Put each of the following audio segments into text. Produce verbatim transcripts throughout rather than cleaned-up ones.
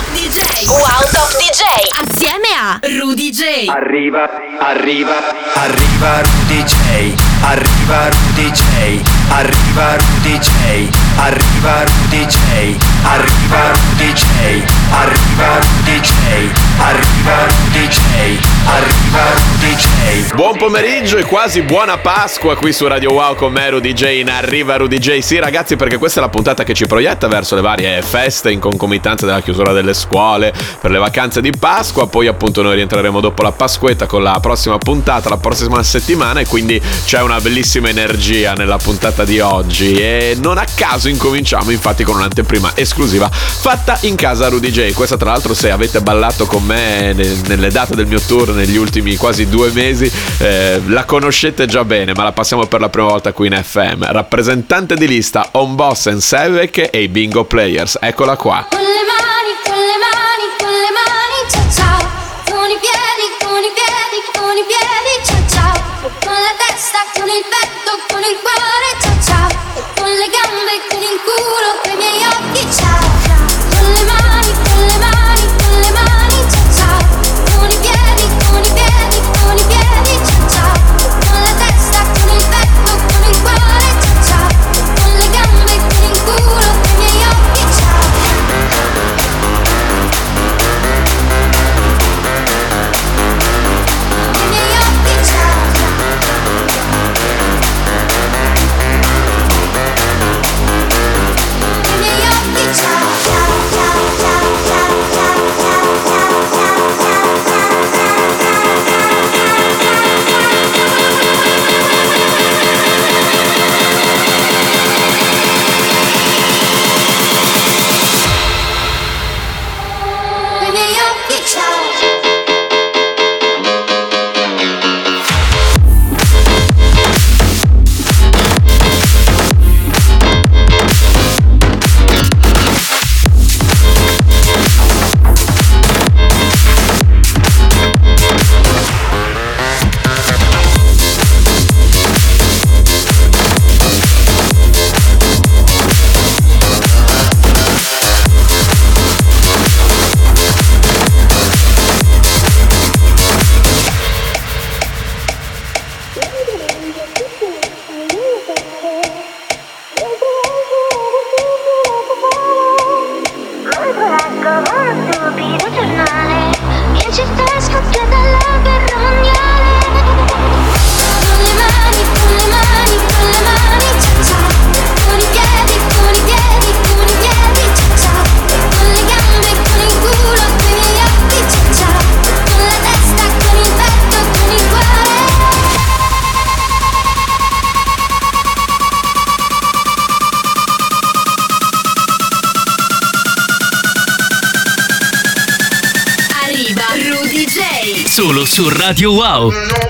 Top D J. Wow Top D J. Assieme a Rudy J. Arriva, arriva, arriva Rudy J. Arriva Rudy J. Arriva Rudy J. Arriva Rudy J. Arriva Rudy J. Arriva Rudy J. Arriva Rudy J. Arriva Rudy J. Buon pomeriggio e quasi buona Pasqua qui su Radio Wow con me Rudy J in Arriva Rudy J. Sì ragazzi, perché questa è la puntata che ci proietta verso le varie feste in concomitanza della chiusura delle scuole per le vacanze di Pasqua. Poi appunto noi rientreremo dopo la Pasquetta con la prossima puntata la prossima settimana, e quindi c'è una bellissima energia nella puntata di oggi, e non a caso incominciamo infatti con un'anteprima esclusiva fatta in casa Rudy J. Questa tra l'altro, se avete ballato con me nelle date del mio tour negli ultimi quasi due mesi, eh, la conoscete già bene, ma la passiamo per la prima volta qui in F M. Rappresentante di lista On Boss and Sevek e i Bingo Players, eccola qua. Con le mani, con le mani, con le mani, ciao ciao. Con i piedi, con i piedi, con i piedi, ciao ciao. Con la testa, con il petto, con il cuore, ciao ciao. Con le gambe, con il culo, con i miei occhi, ciao ciao. Con le mani, con le mani, con le mani, ciao ciao. Con i piedi, con i piedi, con i piedi, ciao ciao. Con la testa, con il petto, con il cuore, ciao ciao. Con le gambe, con il culo, con i miei occhi, ciao. I miei occhi, ciao. I miei occhi, ciao. I miei occhi, ciao. Solo su Radio Wow.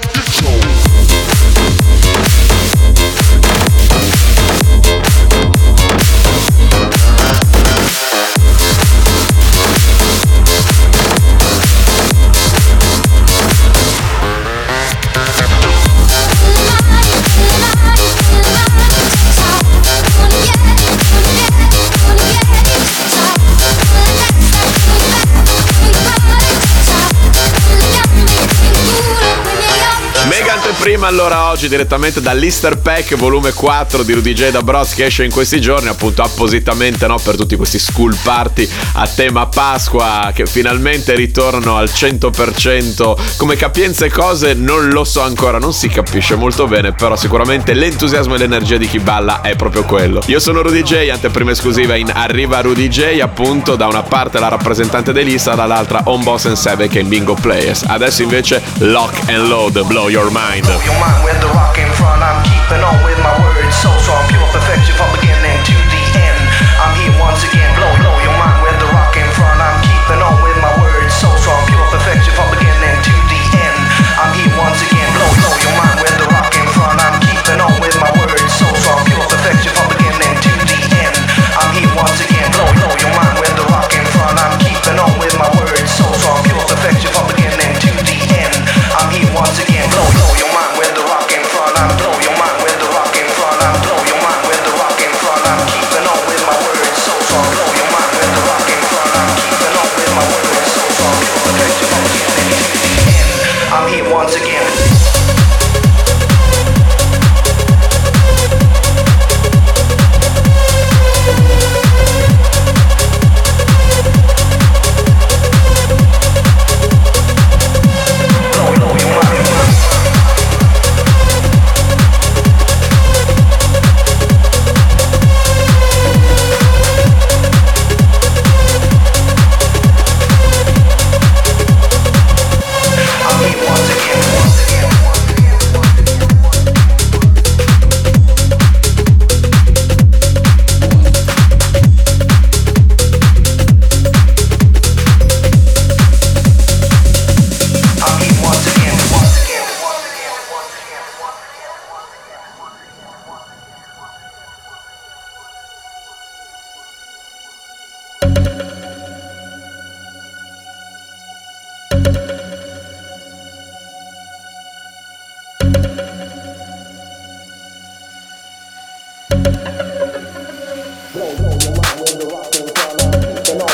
Prima allora oggi direttamente dall'Easter Pack volume quattro di Rudy J Dabrowski, che esce in questi giorni appunto appositamente, no, per tutti questi school party a tema Pasqua che finalmente ritornano al cento per cento. Come capienze e cose non lo so ancora, non si capisce molto bene, però sicuramente l'entusiasmo e l'energia di chi balla è proprio quello. Io sono Rudy J, anteprima esclusiva in Arriva Rudy J, appunto da una parte la rappresentante di lista, dall'altra On Boss and Sevek e Bingo Players. Adesso invece Lock and Load, Blow Your Mind. Blow your mind with the rock in front. I'm keeping on with my words, so strong, pure perfection from beginning to the end. I'm here once again. Blow, blow your mind with the rock in front. I'm keeping on with my words, so strong, pure perfection from beginning to the end. I'm here once again. Blow, blow your mind with the rock in front. I'm keeping on with my words, so strong, pure perfection from beginning to the end. I'm here once again. Blow, blow your mind with the rock in front. I'm keeping on with my words, so strong, pure perfection from beginning to the end. I'm here once again. Blow, blow your mind with the rock in front. I'm blow your mind with the rock in front. I'm blow your mind with the rock in front. I'm keeping on with my words, so strong. Blow your mind with the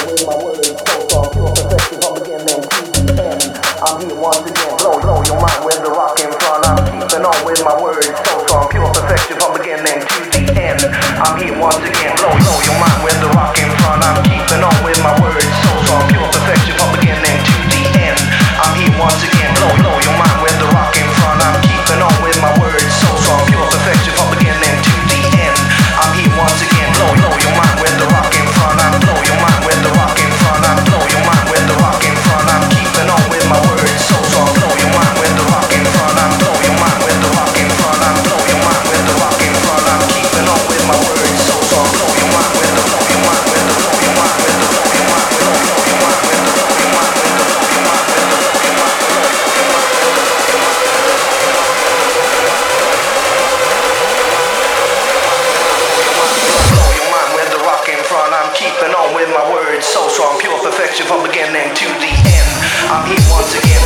with my words, so strong, pure perfection from beginning to the end. I'm here once again, blow, blow your mind with the rock in front. I'm keeping on with my words, so strong, pure perfection from beginning to the end. I'm here once again, blow, blow your mind with the rock in front. I'm keeping on with my words, so strong, pure perfection from beginning to the end. I'm here once again, blow, blow your mind with the rock in front. I'm keeping on with my words, so strong, pure perfection from beginning to the end. I'm here once again, blow, blow your mind with the rock in front. I'm blow your mind with the rock in front. I'm blow your mind with the rock in front. I'm keeping on with my words, so strong, blow your mind with the rock in front. I'm blow your mind with the rock in front. I'm blow your mind with the rock in front. I'm keeping on with my words, so strong, blow your mind with the blow your mind with the blow your mind with the blow your mind with the blow your mind with the blow your mind with the blow your mind with the blow your mind with the I'm keeping on with my words, so strong, pure perfection from beginning to the end. I'm here once again.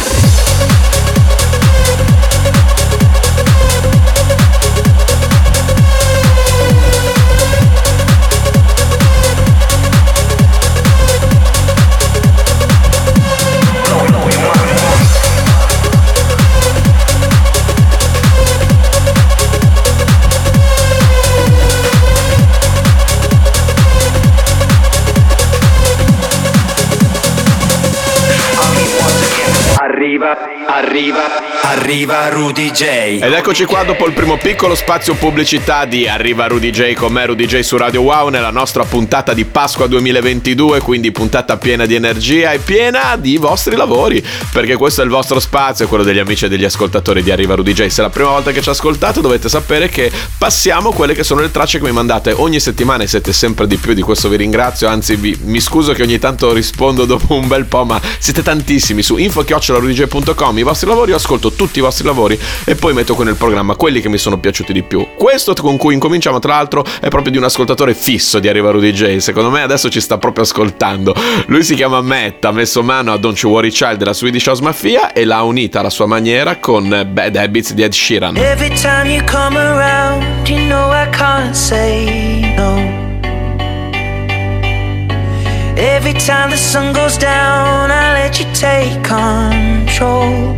Arriva, arriva, arriva Rudy J. Ed eccoci qua dopo il primo piccolo spazio pubblicità di Arriva Rudy J con me Rudy J su Radio Wow nella nostra puntata di Pasqua duemilaventidue, quindi puntata piena di energia e piena di vostri lavori, perché questo è il vostro spazio, quello degli amici e degli ascoltatori di Arriva Rudy J. Se è la prima volta che ci ascoltate dovete sapere che passiamo quelle che sono le tracce che mi mandate ogni settimana e siete sempre di più, di questo vi ringrazio, anzi vi, mi scuso che ogni tanto rispondo dopo un bel po', ma siete tantissimi su info chiocciola rudy j punto com i vostri lavori, io ascolto tutti i vostri lavori e poi metto qui nel programma quelli che mi sono piaciuti di più. Questo con cui incominciamo tra l'altro è proprio di un ascoltatore fisso di Arriva Rudy J, secondo me adesso ci sta proprio ascoltando. Lui si chiama Matt, ha messo mano a Don't You Worry Child della Swedish House Mafia e l'ha unita alla sua maniera con Bad Habits di Ed Sheeran. Every time you come around, you know I can't say no. Every time the sun goes down, I let you take control.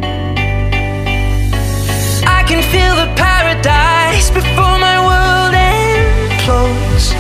I can feel the paradise before my world implodes.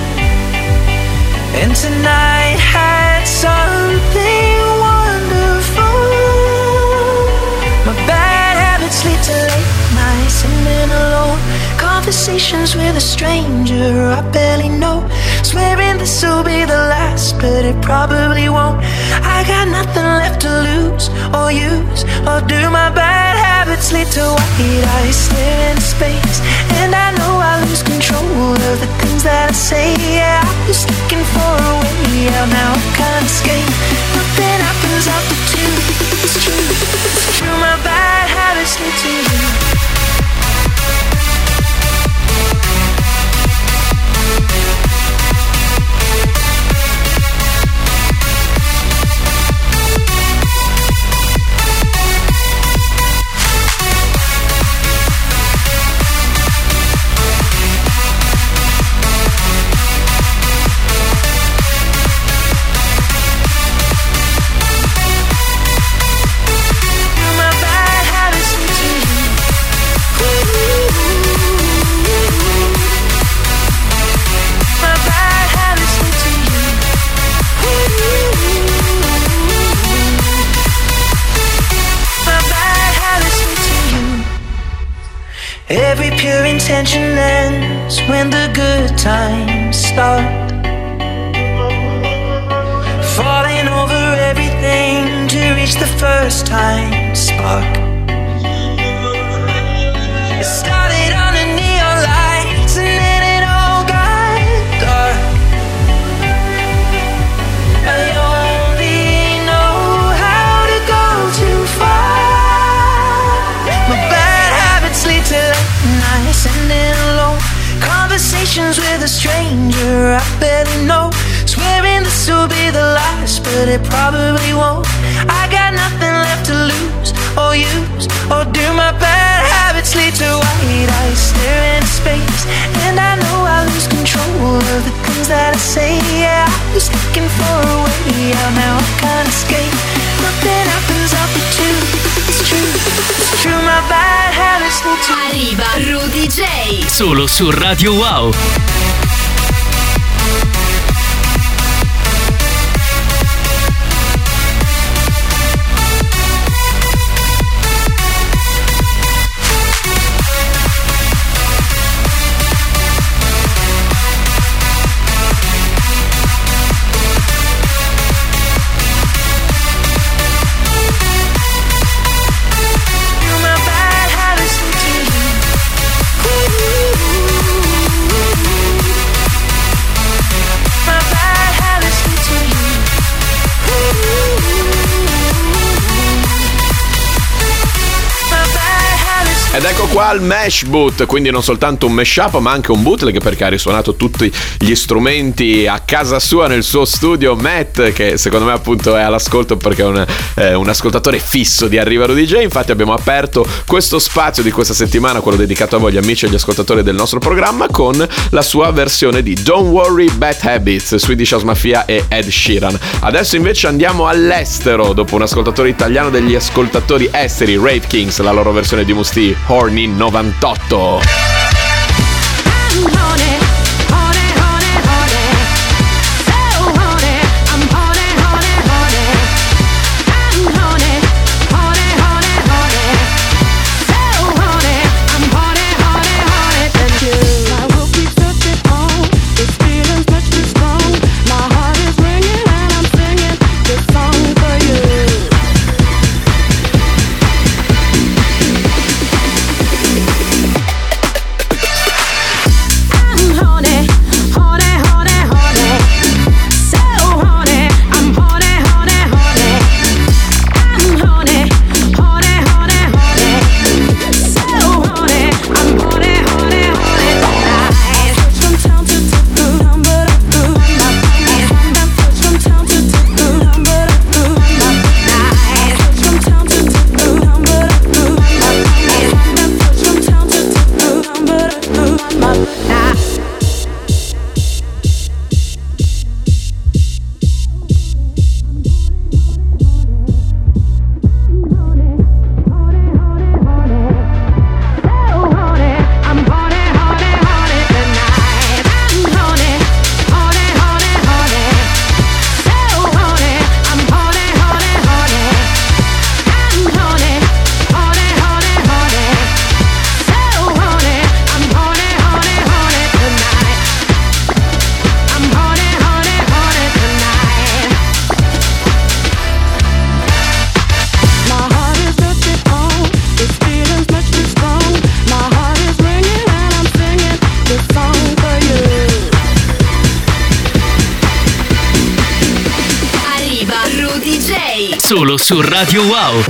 And tonight had something wonderful. My bad habits lead to late nights and then alone conversations with a stranger I barely know. Swearing this will be the last, but it probably won't. I got nothing left to lose or use or do. My bad habits lead to white eyes stare into space, and I know I lose control of the things that I say. Yeah, I was looking for a way out, now I can't escape. Nothing happens after two, it's true, it's true. My bad habits lead to you. Every pure intention ends when the good times start. Falling over everything to reach the first time spark. It started on the neon lights and then it all got dark. I only know how to go too far. My bad habits lead to nights and then alone conversations with a stranger I barely know. Swearing this will be the last, but it probably won't. I got nothing left to lose or use or do. My bad habits lead to white eyes stare into space, and I know I lose control of the things that I say. Yeah, I was looking for a way out. Now I can't escape. Nothing happens after two. It's true, it's true. My bad habits lead to. Arriva Rudy J. Solo su Radio Wow. Ed ecco qua il Mash Boot, quindi non soltanto un mashup ma anche un bootleg, perché ha risuonato tutti gli strumenti a casa sua nel suo studio. Matt, che secondo me appunto è all'ascolto perché è un, eh, un ascoltatore fisso di Arriva Rudy J. Infatti abbiamo aperto questo spazio di questa settimana, quello dedicato a voi, gli amici e gli ascoltatori del nostro programma, con la sua versione di Don't Worry Bad Habits, Swedish House Mafia e Ed Sheeran. Adesso invece andiamo all'estero, dopo un ascoltatore italiano degli ascoltatori esteri, Rave Kings, la loro versione di Musti, Horny novantotto. Solo su Radio Wow.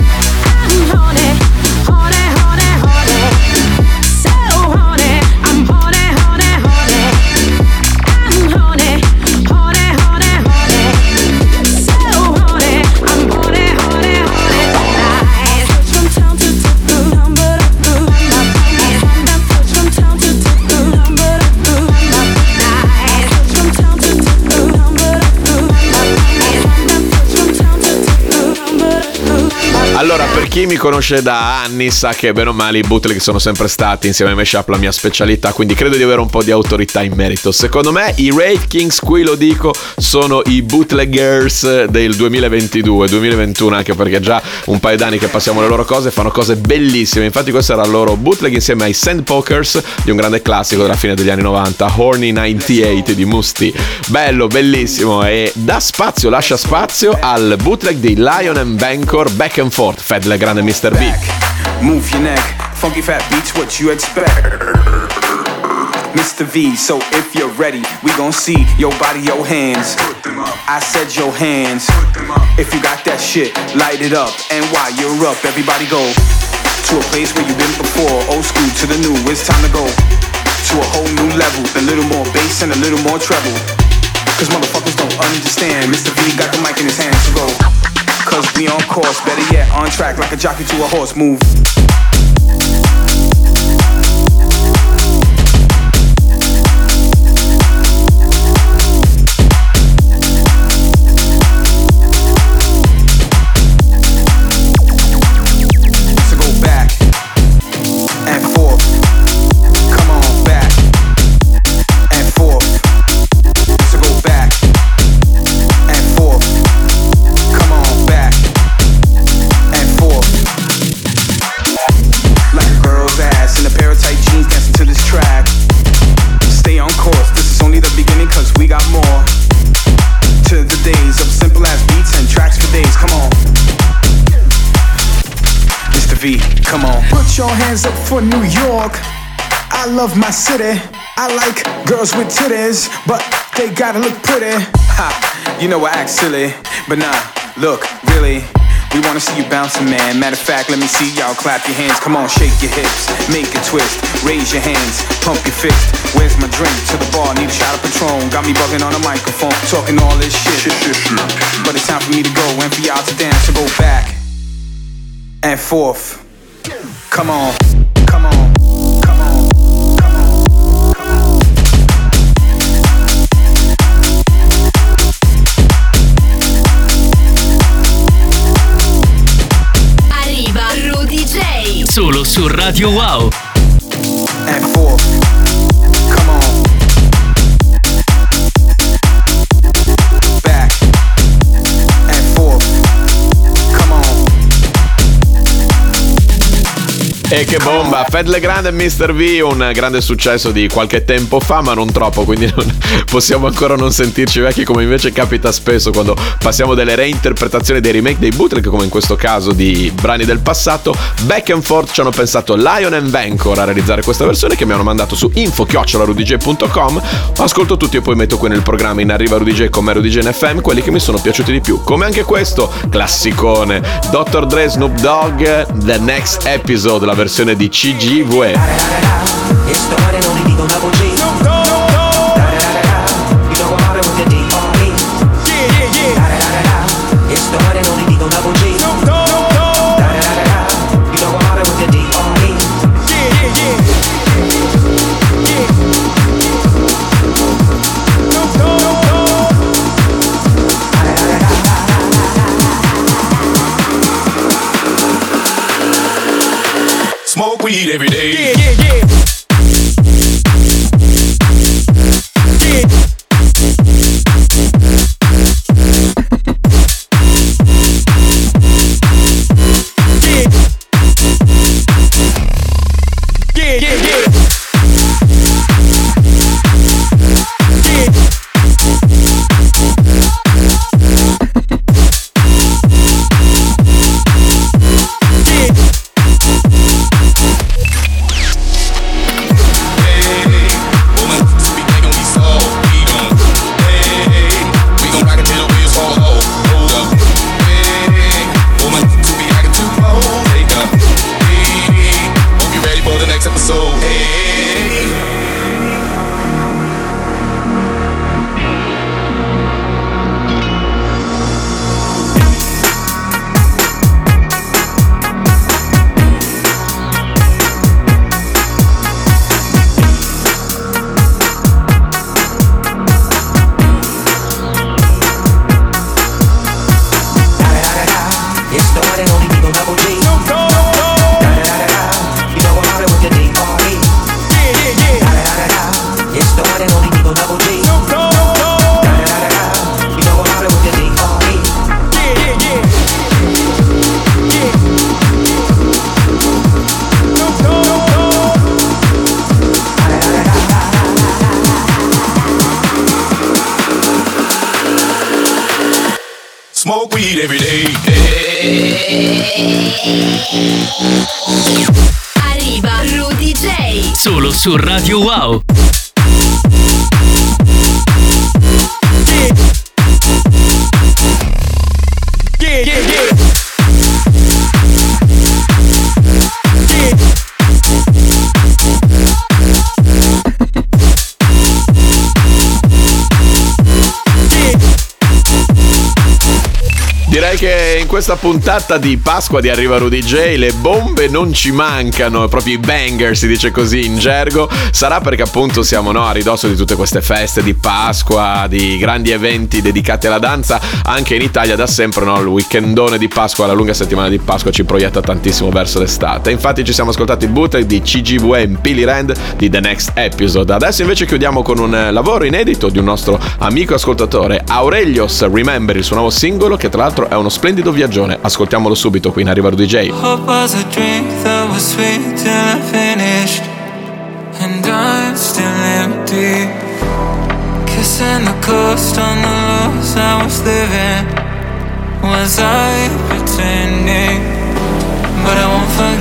Allora, per chi mi conosce da anni sa che bene o male i bootleg sono sempre stati, insieme ai mashup, la mia specialità, quindi credo di avere un po' di autorità in merito. Secondo me i Rave Kings, qui lo dico, sono i bootleggers del duemilaventidue duemilaventuno, anche perché già un paio d'anni che passiamo le loro cose, fanno cose bellissime. Infatti questo era il loro bootleg insieme ai Sandpokers di un grande classico della fine degli anni novanta, Horny novantotto di Musti. Bello, bellissimo, e dà spazio, lascia spazio al bootleg di Lion and Bancor, Back and Forth, Fedle grande mister B. Move your neck, funky fat beats, what you expect? mister V, so if you're ready, we gon' see your body, your hands. I said your hands. If you got that shit, light it up. And while you're up, everybody go to a place where you've been before. Old school to the new, it's time to go to a whole new level. A little more bass and a little more treble. Cause motherfuckers don't understand. mister V got the mic in his hands, so go. Cause we on course, better yet, on track like a jockey to a horse. Move. V, come on. Put your hands up for New York. I love my city. I like girls with titties, but they gotta look pretty. Ha, you know I act silly, but nah, look, really. We wanna see you bouncing, man. Matter of fact, let me see y'all clap your hands. Come on, shake your hips, make a twist. Raise your hands, pump your fist. Where's my drink? To the bar, need a shot of Patron. Got me bugging on the microphone, talking all this shit. But it's time for me to go and for y'all to dance. So go back and forth. Come on, come on. Rudy J. Solo su Radio Wow. And four. Come on. Back. And four. Come on. E che bomba, Fed Legrand e mister V, un grande successo di qualche tempo fa, ma non troppo, quindi non, possiamo ancora non sentirci vecchi, come invece capita spesso quando passiamo delle reinterpretazioni, dei remake, dei bootleg, come in questo caso di brani del passato. Back and Forth ci hanno pensato Lion and Vancor a realizzare questa versione, che mi hanno mandato su info chiocciola rudy j punto com. Ascolto tutti e poi metto qui nel programma In Arriva Rudy J con me Rudy J in F M quelli che mi sono piaciuti di più, come anche questo classicone, doctor Dre, Snoop Dogg, The Next Episode, la versione di C G V E. Smoke weed every day. Yeah, yeah, yeah. Smoke weed every day. Arriva Rudy J. Solo su Radio Wow. Yeah, yeah, yeah. Direi che in questa puntata di Pasqua di Arriva Rudy J le bombe non ci mancano, proprio i banger si dice così in gergo. Sarà perché appunto siamo no, a ridosso di tutte queste feste di Pasqua, di grandi eventi dedicati alla danza. Anche in Italia da sempre no, il weekendone di Pasqua, la lunga settimana di Pasqua ci proietta tantissimo verso l'estate. Infatti ci siamo ascoltati il bootleg di C G V E in Pili Rand di The Next Episode. Adesso invece chiudiamo con un lavoro inedito di un nostro amico ascoltatore, Aurelios Remember, il suo nuovo singolo, che tra l'altro è uno splendido viaggione. Ascoltiamolo subito qui in Arriva Rudy J. Hope was a drink that was sweet till I finished, and I'm still empty. Kissing the coast on the lows I was living. Was I pretending? But I won't forget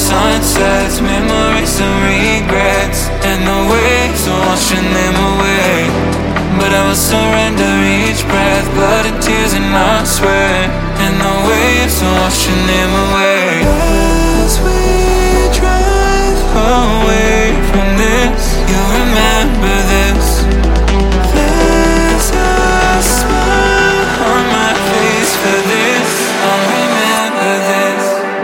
sunsets, memories and regrets, and the waves are washing them away. But I will surrender each breath, blood and tears and I swear, and the waves are washing them away. As we drive away from this, you remember this. There's a smile on my face for this, I'll remember this.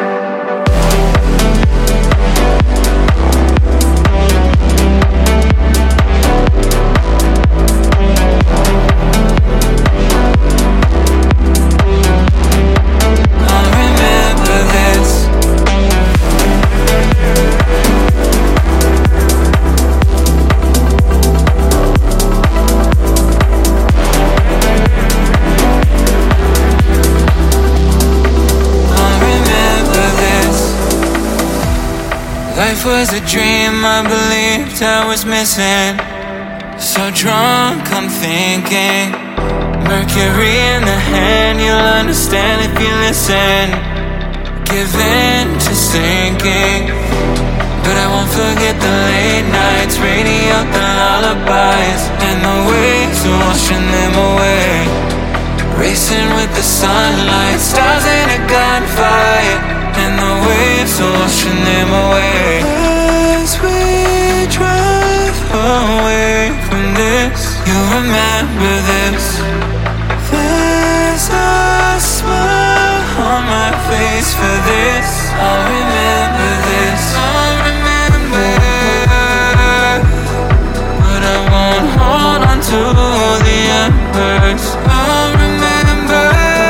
Life was a dream I believed I was missing. So drunk I'm thinking, Mercury in the hand, you'll understand if you listen. Give in to sinking, but I won't forget the late nights, radio, the lullabies, and the waves are washing them away. Racing with the sunlight, stars in a gunfight, and the waves are washing them away. As we drive away from this, you remember this. There's a smile on my face for this, I'll remember this. I'll remember, but I won't hold on to the embers. I'll remember.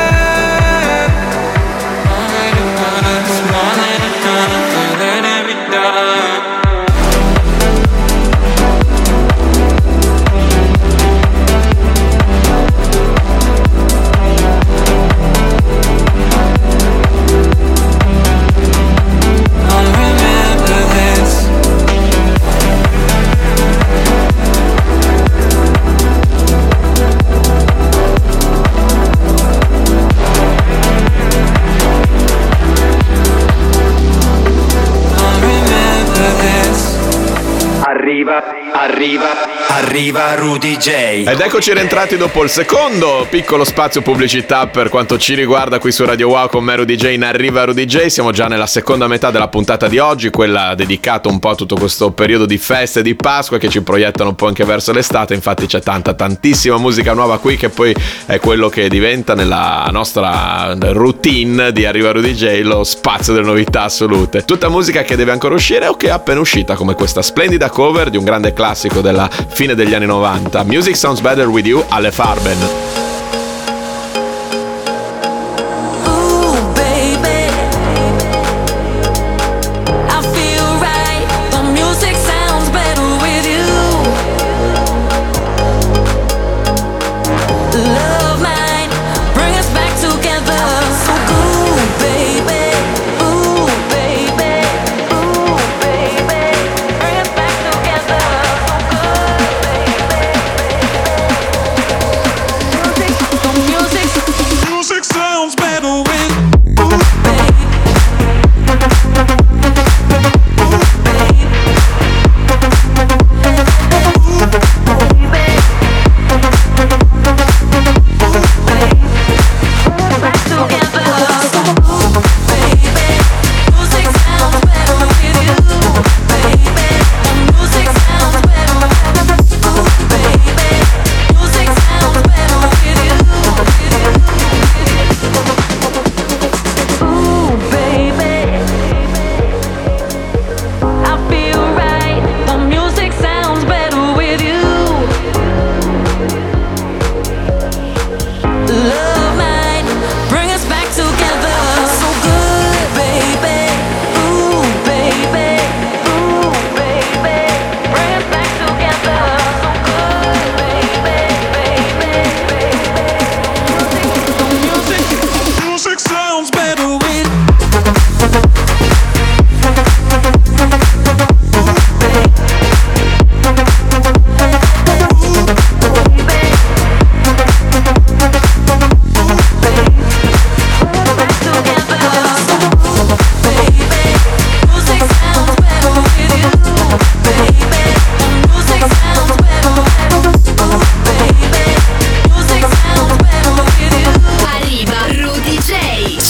Arriva, arriva, arriva Rudy J. Ed eccoci rientrati dopo il secondo piccolo spazio pubblicità per quanto ci riguarda qui su Radio Wow con me Rudy J in Arriva Rudy J. Siamo già nella seconda metà della puntata di oggi, quella dedicata un po' a tutto questo periodo di feste di Pasqua che ci proiettano un po' anche verso l'estate. Infatti c'è tanta tantissima musica nuova qui, che poi è quello che diventa nella nostra routine di Arriva Rudy J lo spazio delle novità assolute. Tutta musica che deve ancora uscire o che è appena uscita, come questa splendida cover di un grande classico della fine degli anni novanta, Music Sounds Better With You, alle Farben. Music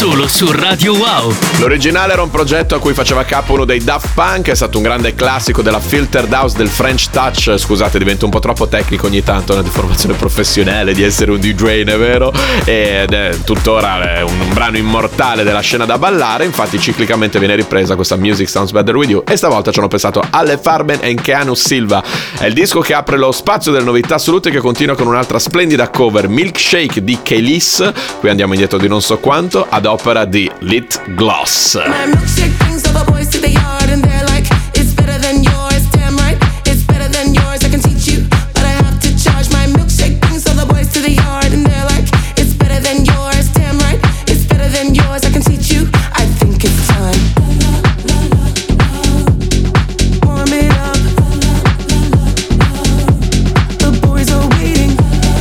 Solo su Radio Wow. L'originale era un progetto a cui faceva capo uno dei Daft Punk, è stato un grande classico della filtered house, del French touch. Scusate, divento un po' troppo tecnico ogni tanto, è una deformazione professionale di essere un D J, è vero? Ed è tuttora un, un brano immortale della scena da ballare. Infatti ciclicamente viene ripresa questa Music Sounds Better With You, e stavolta ci hanno pensato Alle Farben e Keanu Silva. È il disco che apre lo spazio delle novità assolute, che continua con un'altra splendida cover, Milkshake di Kelis. Qui andiamo indietro di non so quanto, ad opera di Lit Gloss. My milkshake brings all the boys to the yard and they're like, it's better than yours, damn right, it's better than yours, I can teach you, but I have to charge. My milkshake brings all the boys to the yard and they're like, it's better than yours, damn right, it's better than yours, I can teach you, I think it's time. Warm it up, the boys are waiting.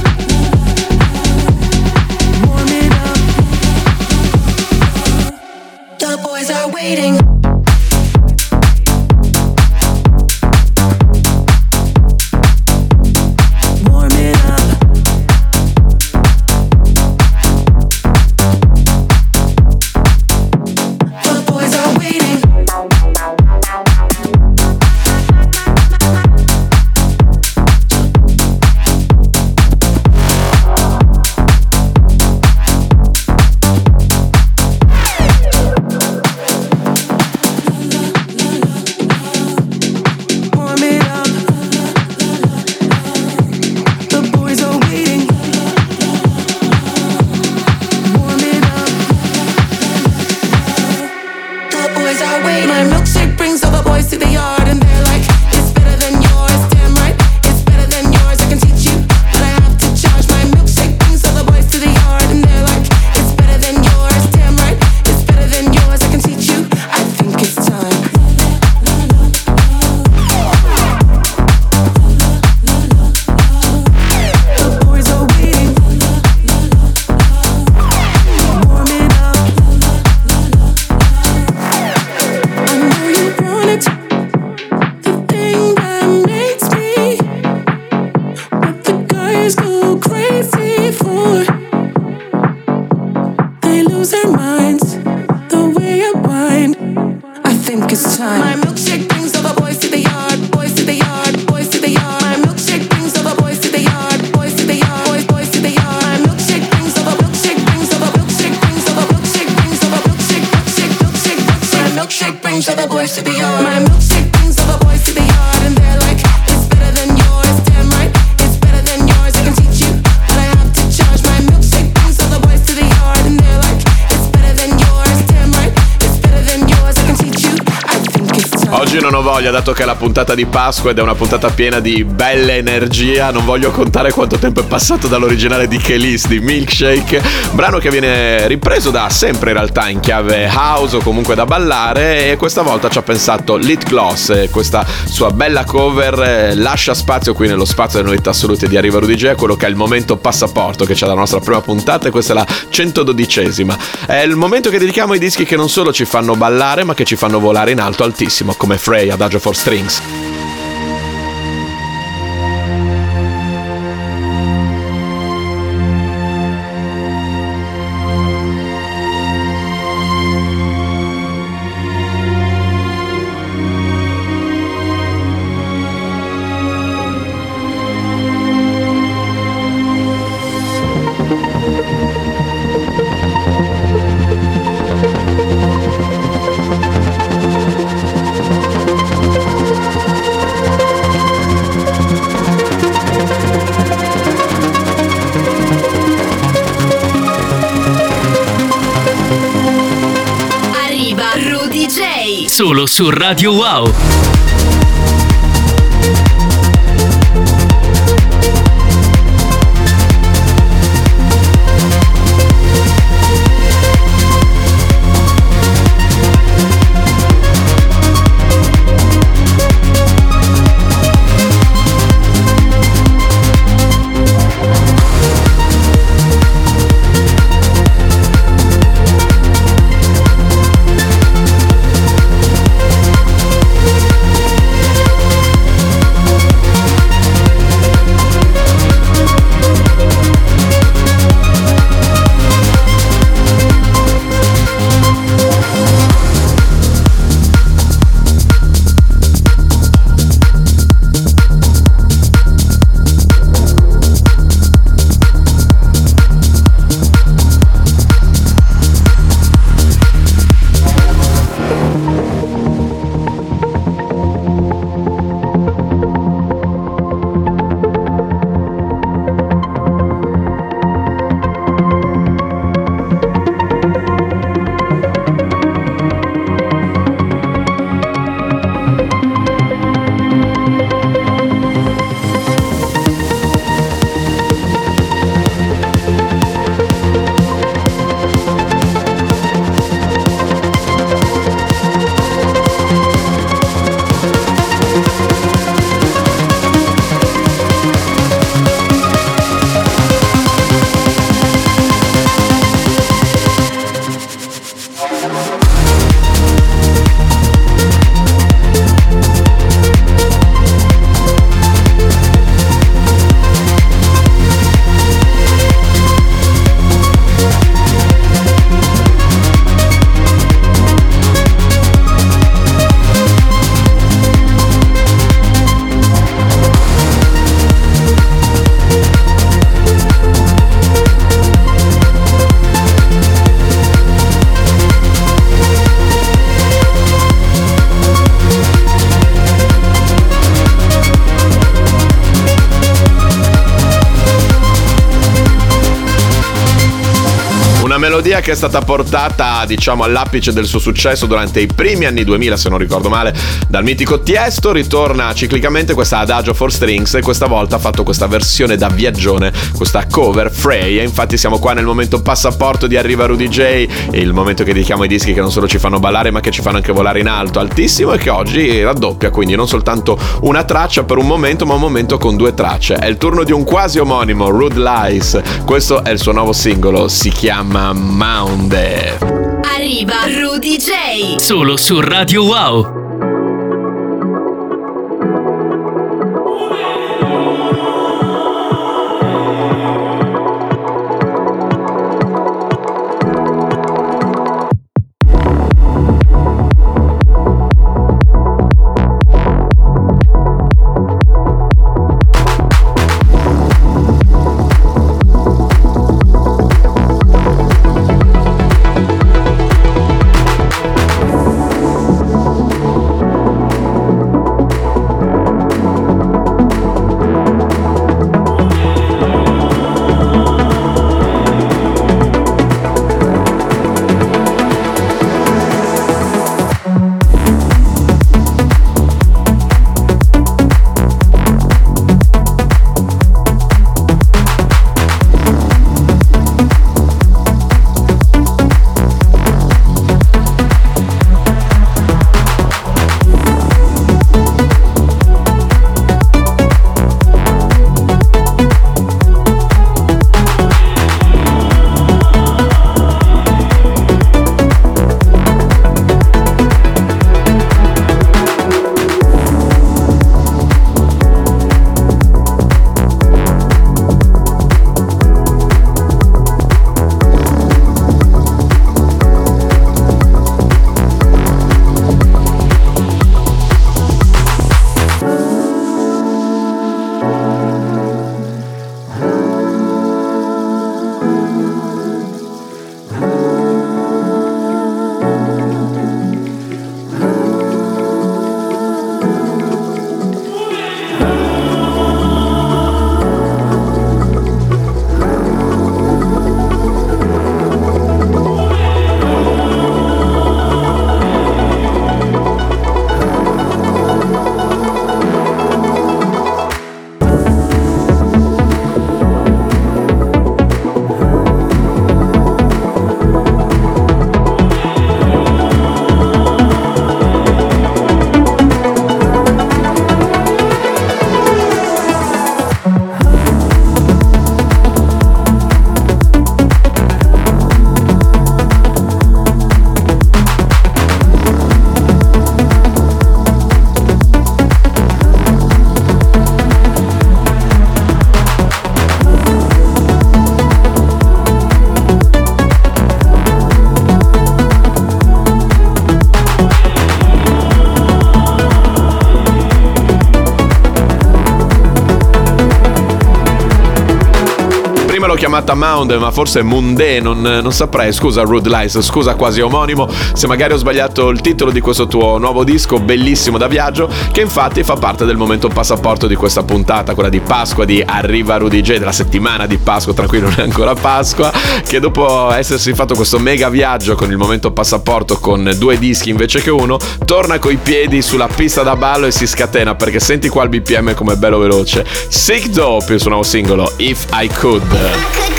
Warm it up, the boys are waiting. Warm it up. The boys are waiting. Warm it up. The boys are waiting. Warm it up. The boys are waiting. My milkshake brings all the boys to the yard and they're like, it's better than yours, damn right, it's better than yours, I can teach you, but I have to charge. My milkshake brings all the boys to the yard and they're like, it's better than yours, damn right, it's better than yours, I can teach you, I think it's time. The boys are waiting. Warm it up. I know you want it, the thing that makes me, what the guys go crazy for. They lose their minds, the way I wind. I think it's time. My milkshake brings all the boys to the yard, boys to the yard, boys to the yard. My milkshake brings all the boys to the yard, boys to the yard, boys, boys to the yard. My milkshake brings all the milkshake brings all the milkshake brings all the milkshake brings all the milkshake, milkshake, milkshake, milkshake. My milkshake brings all the boys to the yard. My milkshake brings all the boys to the yard and they're like, it's better than yours, damn right, it's better than yours, I can teach you, but I have to charge. My milkshake brings all the boys to the yard and they're like, it's better than yours, damn right, it's better than yours, I can teach you, I think it's time. Oggi non ho voglia, dato che è la puntata di Pasqua ed è una puntata piena di bella energia, non voglio contare quanto tempo è passato dall'originale di Kelis, di Milkshake, brano che viene ripreso da sempre in realtà in chiave house o comunque da ballare, e questa volta ci ha pensato Lit Gloss e questa sua bella cover eh, lascia spazio qui nello spazio delle novità assolute di Arriva Rudy J a quello che è il momento passaporto che c'è dalla nostra prima puntata, e questa è la centododicesima. È il momento che dedichiamo ai dischi che non solo ci fanno ballare ma che ci fanno volare in alto altissimo, come Frey, Adagio for Strings. Arriva Rudy J. Solo su Radio Wow. Una melodia che è stata portata, diciamo, all'apice del suo successo durante i primi anni duemila, se non ricordo male, dal mitico Tiesto. Ritorna ciclicamente questa Adagio for Strings e questa volta ha fatto questa versione da viaggione, questa cover Frey. E infatti siamo qua nel momento passaporto di Arriva Rudy J, e il momento che dedichiamo ai dischi che non solo ci fanno ballare ma che ci fanno anche volare in alto, altissimo, e che oggi raddoppia, quindi non soltanto una traccia per un momento ma un momento con due tracce. È il turno di un quasi omonimo, Rude Lies. Questo è il suo nuovo singolo, si chiama Mounde. Arriva Rudy J. Solo su Radio Wow. l'ho chiamata Mound, ma forse Munde, non, non saprei. Scusa Rude Lies, scusa quasi omonimo se magari ho sbagliato il titolo di questo tuo nuovo disco bellissimo da viaggio, che infatti fa parte del momento passaporto di questa puntata, quella di Pasqua di Arriva Rudy J, della settimana di Pasqua, tranquillo, non è ancora Pasqua, che dopo essersi fatto questo mega viaggio con il momento passaporto con due dischi invece che uno, torna coi piedi sulla pista da ballo e si scatena, perché senti qua il B P M come bello veloce. Sick Dope, il suo nuovo singolo If I Could.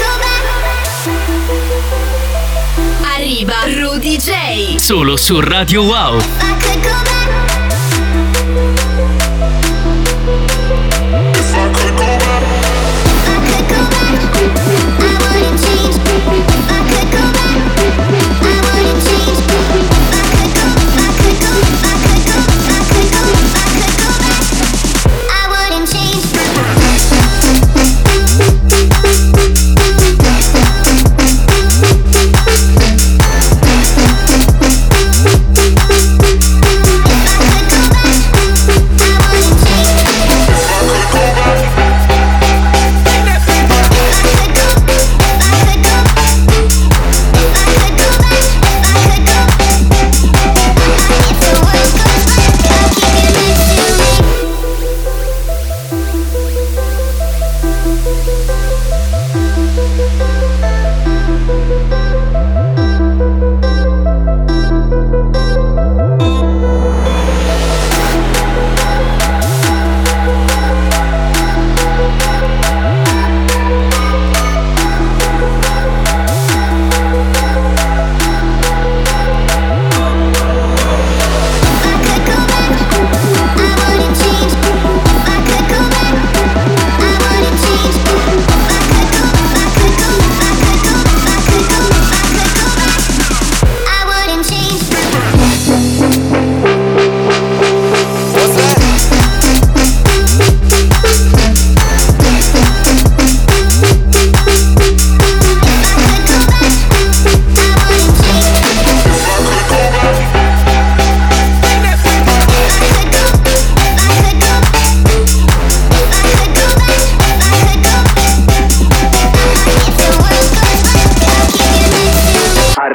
Arriva Rudy J. Solo su Radio Wow. We'll be right back.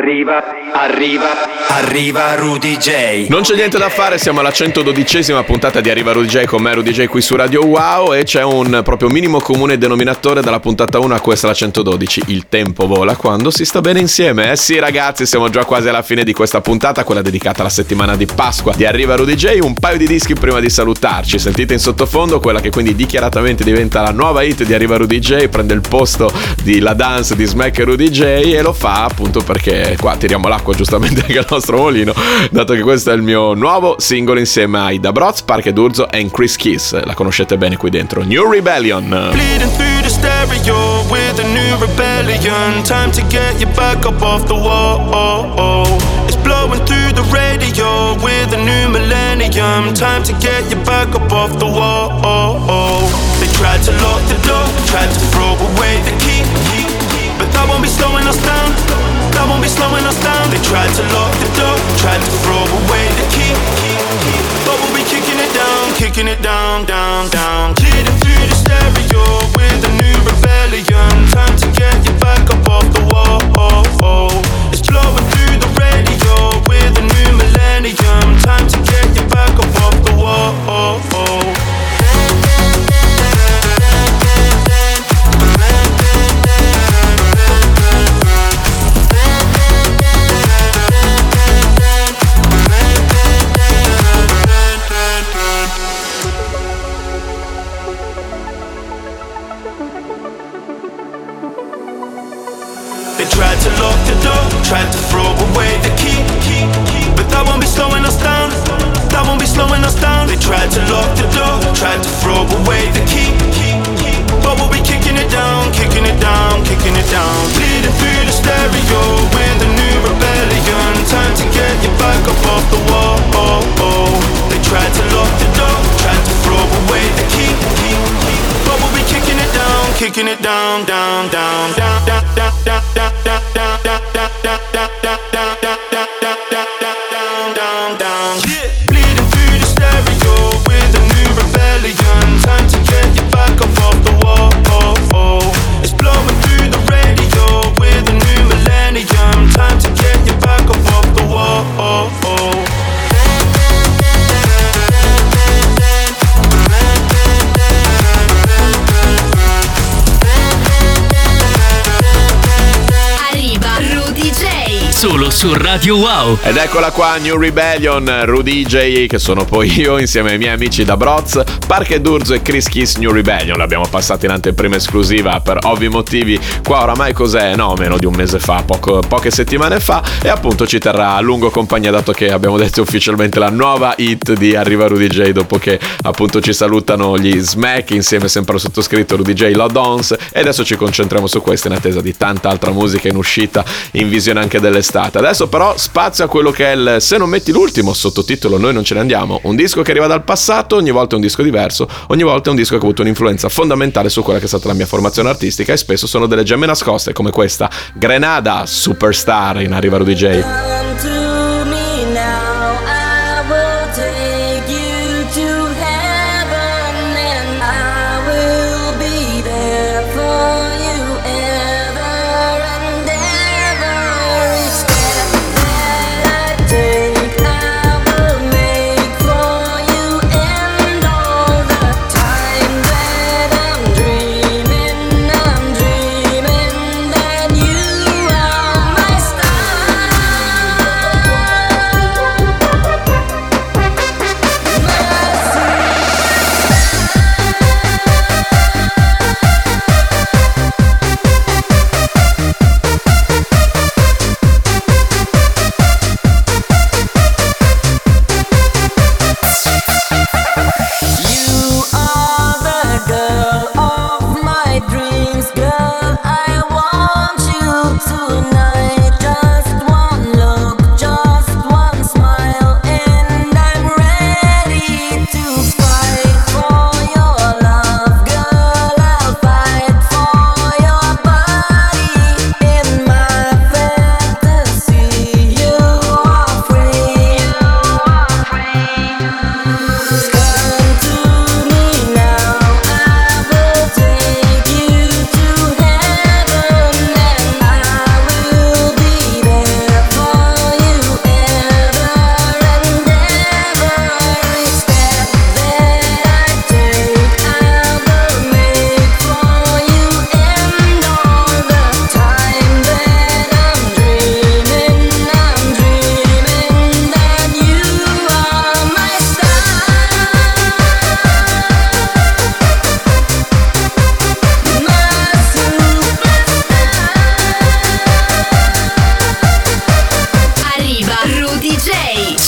Arriva, arriva, arriva Rudy J. Non c'è niente da fare, siamo alla centododicesima puntata di Arriva Rudy J con me Rudy J qui su Radio Wow, e c'è un proprio minimo comune denominatore dalla puntata uno a questa la centododici. Il tempo vola quando si sta bene insieme. Eh sì ragazzi, siamo già quasi alla fine di questa puntata, quella dedicata alla settimana di Pasqua di Arriva Rudy J. Un paio di dischi prima di salutarci. Sentite in sottofondo quella che quindi dichiaratamente diventa la nuova hit di Arriva Rudy J, prende il posto di La Dance di Smack e Rudy J, e lo fa appunto perché qua tiriamo l'acqua giustamente anche al nostro molino, dato che questo è il mio nuovo singolo insieme ai Da Broz, Parche d'Urso e Chris Kiss. La conoscete bene qui dentro, New Rebellion. Bleeding through the stereo with a new rebellion. Time to get you back up off the wall. It's blowing through the radio with a new millennium. Time to get you back up off the wall. They tried to lock the door, tried to throw away the key, but that won't be slowing us down. That won't be slowing us down. They tried to lock the door, tried to throw away the key, but we'll be kicking it down, kicking it down, down, down. Bleeding through the stereo with a new rebellion. Time to get you back up off the wall. It's blowing through the radio with a new millennium. Time to get you back up off the wall. Tried to lock the door, tried to throw away the key, but that won't be slowing us down. That won't be slowing us down. They tried to lock the door, tried to throw away the key, but we'll be kicking it down, kicking it down, kicking it down. Bleeding through the stereo with a new rebellion. Time to get you back up off the wall. They tried to lock the door, tried to throw away the key, but we'll be kicking it down, kicking it down, down, down, down, down, down, down, down, down, down, down, down, down, down, down, down, down, down, down. Bleeding through the stereo with a new rebellion. Time to get you back up off the wall. It's blowing through the radio with a new millennium. Time to get you back up off the wall. Solo su Radio Wow. Ed eccola qua, New Rebellion, Rudy J, che sono poi io insieme ai miei amici Da Broz, Parche d'Urso e Chris Kiss. New Rebellion l'abbiamo passata in anteprima esclusiva per ovvi motivi qua oramai cos'è? No, meno di un mese fa, poco, poche settimane fa, e appunto ci terrà a lungo compagnia, dato che abbiamo detto ufficialmente la nuova hit di Arriva Rudy J, dopo che appunto ci salutano gli Smack insieme sempre al sottoscritto Rudy J, La Dance, e adesso ci concentriamo su questo in attesa di tanta altra musica in uscita, in visione anche dell'estate. Adesso però spazio a quello che è il Se non metti l'ultimo, sottotitolo Noi non ce ne andiamo, un disco che arriva dal passato, ogni volta è un disco diverso, ogni volta è un disco che ha avuto un'influenza fondamentale su quella che è stata la mia formazione artistica, e spesso sono delle gemme nascoste come questa, Grenada, Superstar in Arriva Rudy J.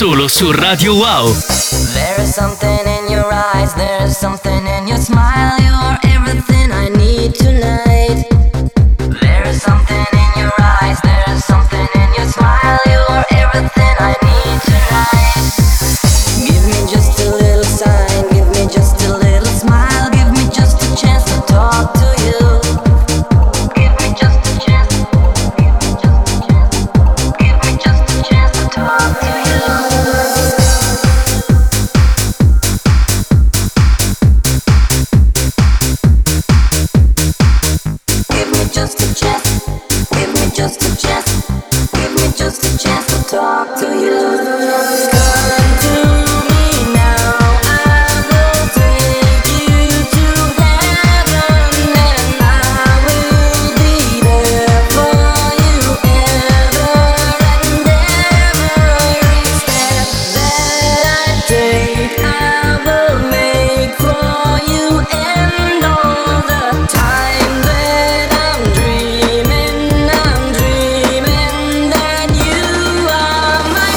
Solo su Radio Wow. There is something in your eyes, there is something in your smile. You are everything I need tonight. There is something in your eyes, there is something in your smile. You are everything I need tonight. Give me just a little sign, give me just a little smile, give me just a chance to talk to you. Give me just a chance, give me just a chance, give me just a chance to talk to you. Just a chance, give me just a chance, give me just a chance to talk to you. Come to me now, I will take you to heaven, and I will be there for you ever and ever. Each step that I take, I will make for you, and all the time that I'm dreaming, I'm dreaming that you are my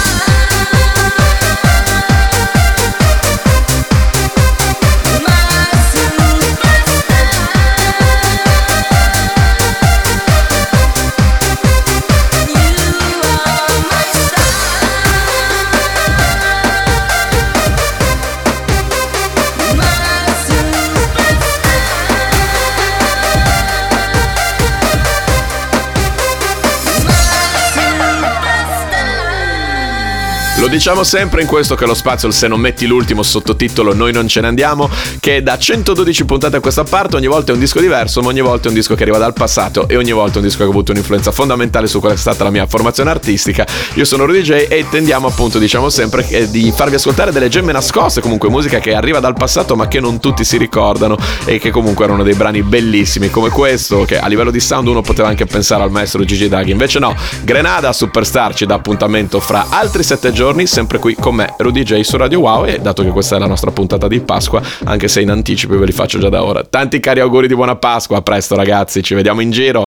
Lo diciamo sempre in questo che lo spazio, se non metti l'ultimo sottotitolo noi non ce ne andiamo, che da centododici puntate a questa parte ogni volta è un disco diverso, ma ogni volta è un disco che arriva dal passato e ogni volta è un disco che ha avuto un'influenza fondamentale su quella che è stata la mia formazione artistica. Io sono Rudy J e tendiamo appunto, diciamo sempre, di farvi ascoltare delle gemme nascoste, comunque musica che arriva dal passato ma che non tutti si ricordano e che comunque erano dei brani bellissimi come questo, che a livello di sound uno poteva anche pensare al maestro Gigi D'Aghi, invece no. Grenada Superstar ci dà appuntamento fra altri sette giorni, sempre qui con me Rudy J su Radio Wow, e dato che questa è la nostra puntata di Pasqua, anche se in anticipo ve li faccio già da ora, tanti cari auguri di buona Pasqua, a presto ragazzi, ci vediamo in giro.